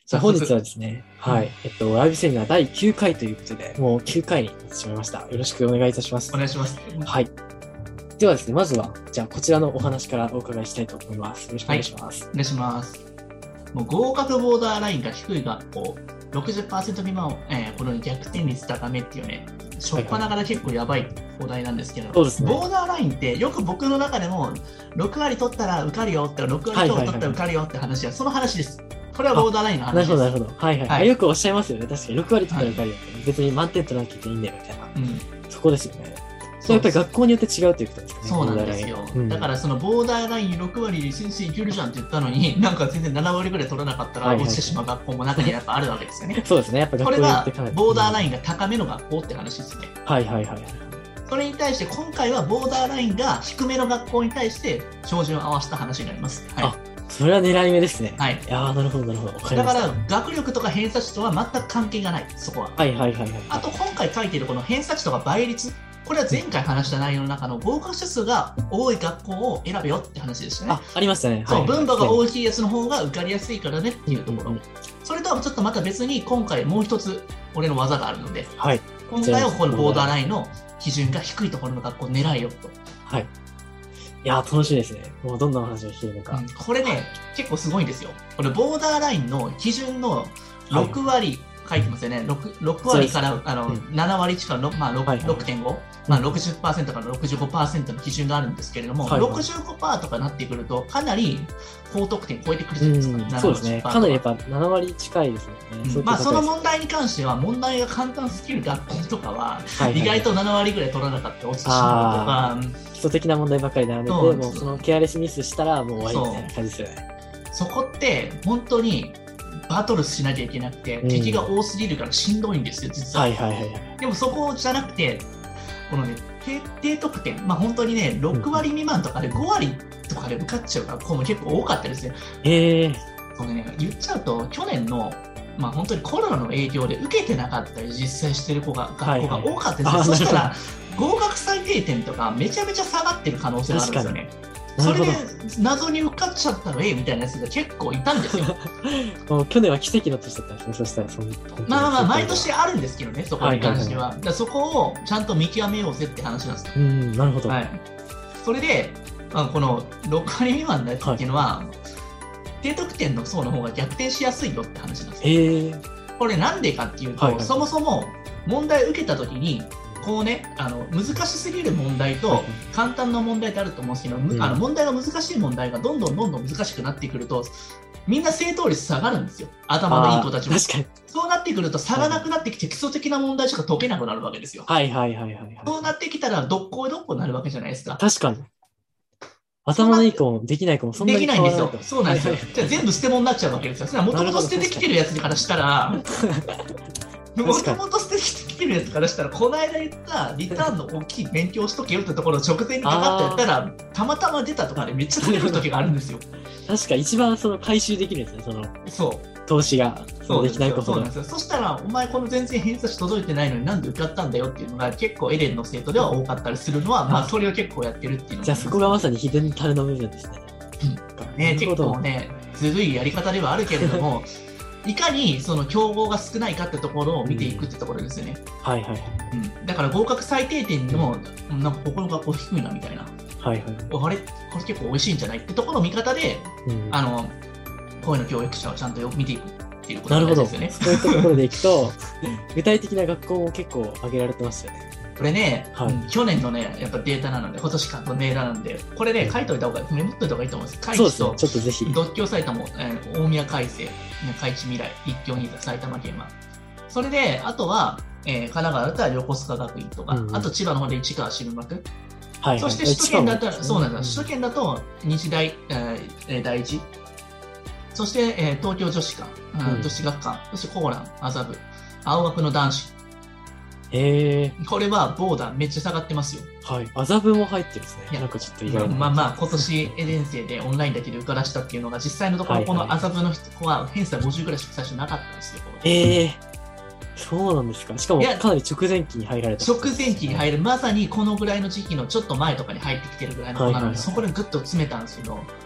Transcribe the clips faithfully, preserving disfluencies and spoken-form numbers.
じゃあ本日はですね、はい、えっと、ライブセミナーだいきゅうかいということで、もうきゅうかいになってしまいました。よろしくお願いいたします。 お願いします。 はい。ではですね、まずは、じゃあこちらのお話からお伺いしたいと思います。よろしくお願いします。 はい、お願いします。もう合格ボーダーラインが低い学校、ろくじゅっパーセント未満を、えー、この逆転率高めっていうね、しょっぱながら結構やばいお題なんですけど、はいはい、ボーダーラインってよく僕の中でもろくわり取ったら受かるよって、ろくわり取ったら受かるよって話は、その話です。これはボーダーラインの話です。 なるほど、なるほど。はいはい。はい、よくおっしゃいますよね。確かにろくわり取ったら受かるよって、はい、別に満点取らなきゃいけないんだよみたいな。うん、そこですよね。それやっぱり学校によって違うということですね。 そうなんですよ。うん、だからそのボーダーラインろくわりで先生いけるじゃんって言ったのに、なんか全然ななわりぐらい取らなかったら落ちてしまう学校も中にやっぱあるわけですよね。 そうですね。やっぱ学校によってこれがボーダーラインが高めの学校って話ですね。 はいはいはい。 それに対して今回はボーダーラインが低めの学校に対して照準を合わせた話になります。はい、 あ、それは狙い目ですね。 はい。 いやー、なるほどなるほど。 だから学力とか偏差値とは全く関係がない、そこは。 はいはいはいはい。 あと今回書いているこの偏差値とか倍率。これは前回話した内容の中の合格者数が多い学校を選べよって話でしたね。 あ、ありましたね。 そう、はい、分母が大きいやつの方が受かりやすいからねっていうところ。うんうん、それとはちょっとまた別に今回もう一つ俺の技があるので、はい、今回はこのボーダーラインの基準が低いところの学校を狙えよと。 はい。いやー、楽しいですね。もうどんなお話が聞けるのか。うん、 これね、結構すごいんですよ。これボーダーラインの基準のろくわり、はい書いてますよね。6, 6割からあの、うん、ななわり近く、まあ、はいはい、ろくてんご、まあ、ろくじゅっパーセント から ろくじゅうごパーセント の基準があるんですけれども、はいはい、ろくじゅうごパーセント とかなってくるとかなり高得点超えてくるじゃないですか。うん、 そうですね。かなりやっぱななわり近いですもんね。 うん、まあその問題に関しては問題が簡単すぎる学校とかは、はいはい、意外とななわりぐらい取らなかった落ちてしまうとか、 基礎的な問題ばっかり並べて、もうそのケアレスミスしたらもう終わりみたいな感じですよね。 そこって本当にバトルしなきゃいけなくて、うん、敵が多すぎるからしんどいんですよ、実は。はいはいはい、でもそこじゃなくて、このね、低得点、まあ本当にね、ろくわり未満とかでごわりとかで受かっちゃう学校も結構多かったですよ。 へえー。 そうね、言っちゃうと、去年の、まあ本当にコロナの影響で受けてなかったり実際してる子が、学校が多かったですよ。はいはい、そしたら、合格最低点とかめちゃめちゃ下がってる可能性があるんですよね。それで謎に受かっちゃったのええみたいなやつが結構いたんですよ。 もう去年は奇跡の年だったんですね、そしたらその。 まあまあまあ、毎年あるんですけどね、そこに関しては。はいはいはい、だそこをちゃんと見極めようぜって話なんですよ。 うん、なるほど。 はい、それで、まあ、このろくわり未満のやつっていうのは、はい、低得点の層の方が逆転しやすいよって話なんですよ。 へー。 これなんでかっていうと、はいはい、そもそも問題を受けたときに、こうね、あの難しすぎる問題と簡単な問題ってあると思うんですけど、うん、あの問題が難しい問題がどんどんどんどん難しくなってくると、みんな正答率下がるんですよ。頭のいい子たちも。 確かに。 そうなってくると差がなくなってきて基礎的な問題しか解けなくなるわけですよ。 はいはいはいはい、はい。 そうなってきたら、どっこいどっこになるわけじゃないですか。 確かに。頭のいい子もできない子もそんなにできないんですよ。そうなんですよ。じゃあ全部捨て物になっちゃうわけですよ。それはもともと捨ててきてるやつからしたら、もともと捨ててきてるやつからしたら、この間言ったリターンの大きい勉強しとけよってところを直前にかかってやったら、たまたま出たとかでめっちゃ取れる時があるんですよ。 確か一番その回収できるんですね、そのそう投資がそうできないことそうなんですよ。そしたら、お前この全然偏差値届いてないのになんで受かったんだよっていうのが結構エレンの生徒では多かったりするのは、まあそれを結構やってるっていうのじゃあそこがまさにヒデンタルの部分ですね。 うん、ね結構ね、ずるいやり方ではあるけれども、いかにその競合が少ないかってところを見ていくってところですよね。 うん、はいはい、 うん。だから合格最低点でも、なんかここの学校低いなみたいな。 はいはい。 あれこれ結構美味しいんじゃないってところの見方で、うん、あの、声の教育者をちゃんとよく見ていくっていうことですよね。 そういったところでいくと、具体的な学校も結構挙げられてますよね。 これね、はい、去年のね、やっぱデータなので、今年かのデータなんで、これね、書いといた方がいい、メモっといた方がいいと思うんです。開智と、 ちょっとぜひ。 独協埼玉、えー、大宮開成、開智未来、立教新座、埼玉県は。それで、あとは、えー、神奈川だったら横須賀学院とか、うんうん、あと千葉の方で市川新聞。はいはい、そして首都圏だったら、そうなんです、首都圏だと日大、えー、第一。そして、えー、東京女子科、うん、女子学館、そしてコーラン、麻布、青学の男子。 へー。 これはボーダーめっちゃ下がってますよ。 はい。麻布も入ってるんですね。なんかちょっと意外な。 まあまあ、今年エデン生でオンラインだけで受からしたっていうのが、実際のところ、この麻布の人は偏差ごじゅうぐらいしか最初なかったんですよ。 ええー。そうなんですか。しかもかなり直前期に入られた、 ね、直前期に入る、まさにこのぐらいの時期のちょっと前とかに入ってきてるぐらいの子なので、はいはいはい、そこでぐっと詰めたんですけど、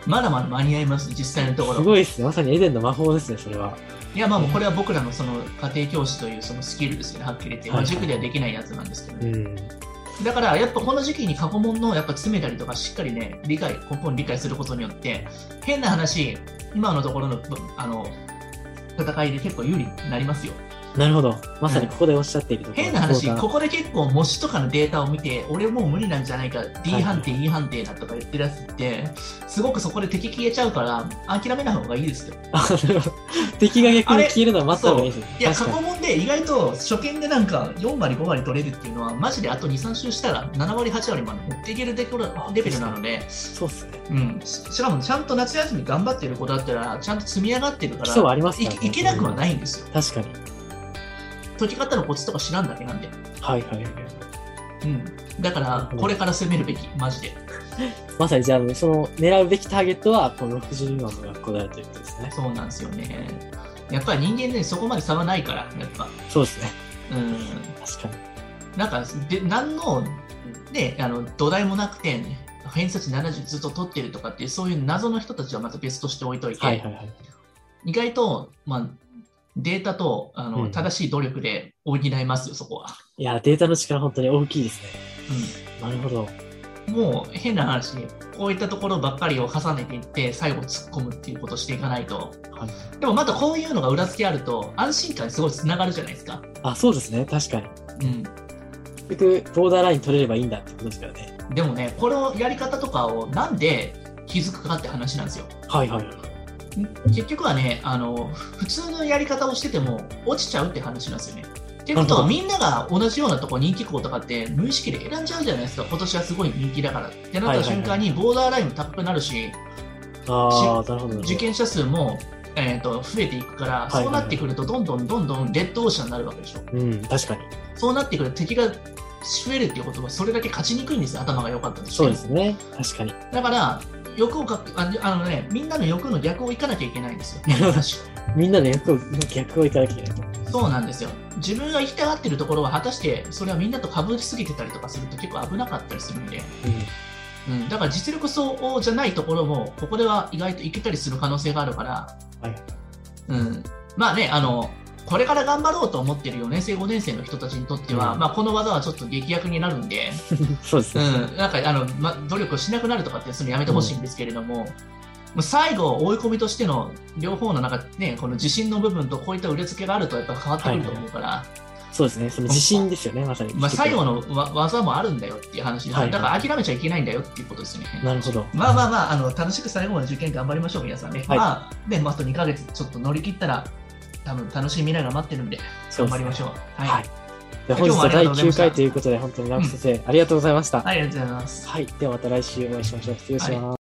まだまだ間に合います、実際のところ。 すごいですね。まさにエデンの魔法ですね、それは。 いや、まあもうこれは僕らのその家庭教師というそのスキルですね、はっきり言って。まあ、塾ではできないやつなんですけどね。うんだから、やっぱこの時期に過去問のやっぱ詰めたりとか、しっかりね、理解、根本理解することによって、変な話、今のところの、あの、戦いで結構有利になりますよ。 なるほど。まさにここでおっしゃっているところ、 変な話、ここで結構模試とかのデータを見て、俺もう無理なんじゃないか、D 判定、はい、E 判定だとか言ってるやつって、すごくそこで敵消えちゃうから、諦めない方がいいですよ。 敵が逆に消えるのは待った方がいいですよ。 いや、過去問で意外と初見でなんかよん割、ご割取れるっていうのは、マジであとに、さん週したらなな割、はち割まで持っていけるレベルなので、 そうっすね。 うん。しかもちゃんと夏休み頑張ってる子だったら、ちゃんと積み上がってるから、 基礎はありますからね、い, いけなくはないんですよ。 確かに。 解き方のコツとか知らんだけなんで。 はいはいはい。 うん。だから、これから攻めるべき、マジで。 まさにじゃあ、その狙うべきターゲットは、このろくじゅうにばんの学校であるということですね。 そうなんですよね。やっぱり人間ね、そこまで差はないから、やっぱ。 そうですね。 うん。 確かに。 なんか、で、何の、ね、あの、土台もなくて、ね、偏差値ななじゅうずっと取ってるとかっていう、そういう謎の人たちはまた別として置いといて、 はいはいはい、 意外と、まあ、データとあの、うん、正しい努力で補いますよ、そこは。 いや、データの力本当に大きいですね。うん。なるほど。 もう変な話、こういったところばっかりを重ねていって、最後突っ込むっていうことをしていかないと。はい、でもまたこういうのが裏付けあると、安心感にすごいつながるじゃないですか。 あ、そうですね、確かに。 うん。 結局、ボーダーライン取れればいいんだってことですからね。 でもね、このやり方とかをなんで気づくかって話なんですよ。 はいはい。 結局はね、あの普通のやり方をしてても落ちちゃうって話なんですよね。っていうことは、みんなが同じようなとこ人気校とかって無意識で選んじゃうじゃないですか。今年はすごい人気だからってなった瞬間にボーダーラインも高くなるし、 あなるほど受験者数も、えー、と増えていくから、はいはいはい、そうなってくるとどんどんどんどんレッドオーシャンになるわけでしょ。 うん、確かに。 そうなってくると敵が増えるっていうことはそれだけ勝ちにくいんですよ。頭が良かったとして。 そうですね。確かに。 だから欲をかああのね、みんなの欲の逆をいかなきゃいけないんですよ。 みんなの欲の逆をいかなきゃいけないと。 そうなんですよ。自分が行きたがってるところは果たしてそれはみんなと被りすぎてたりとかすると結構危なかったりするんで、うんうん、だから実力相応じゃないところもここでは意外といけたりする可能性があるから、はいうん、まあねあのこれから頑張ろうと思っているよねん生ごねん生の人たちにとっては、うんまあ、この技はちょっと劇薬になるんでそうですね、 うん、なんかあの、ま、努力をしなくなるとかってそのやめてほしいんですけれども、うん、もう最後追い込みとしての両方の中、ね、この自信の部分とこういった裏付けがあるとやっぱ変わってくると思うから、はいはい、 そうですねその自信ですよねまさに、 まあ、最後の技もあるんだよっていう話です、はいはい、だから諦めちゃいけないんだよっていうことですよね。 なるほど。 まあまあまあ、あの楽しく最後まで受験頑張りましょう皆さんね、はい、まあであとにかげつちょっと乗り切ったら多分楽しい未来が待ってるんで頑張りましょう。うね、はい、はい、 で本日はだいきゅうかいということで本当に直木先生、うん、ありがとうございました。 はい、ありがとうございます。 はい、ではまた来週お会いしましょう。失礼します。はい。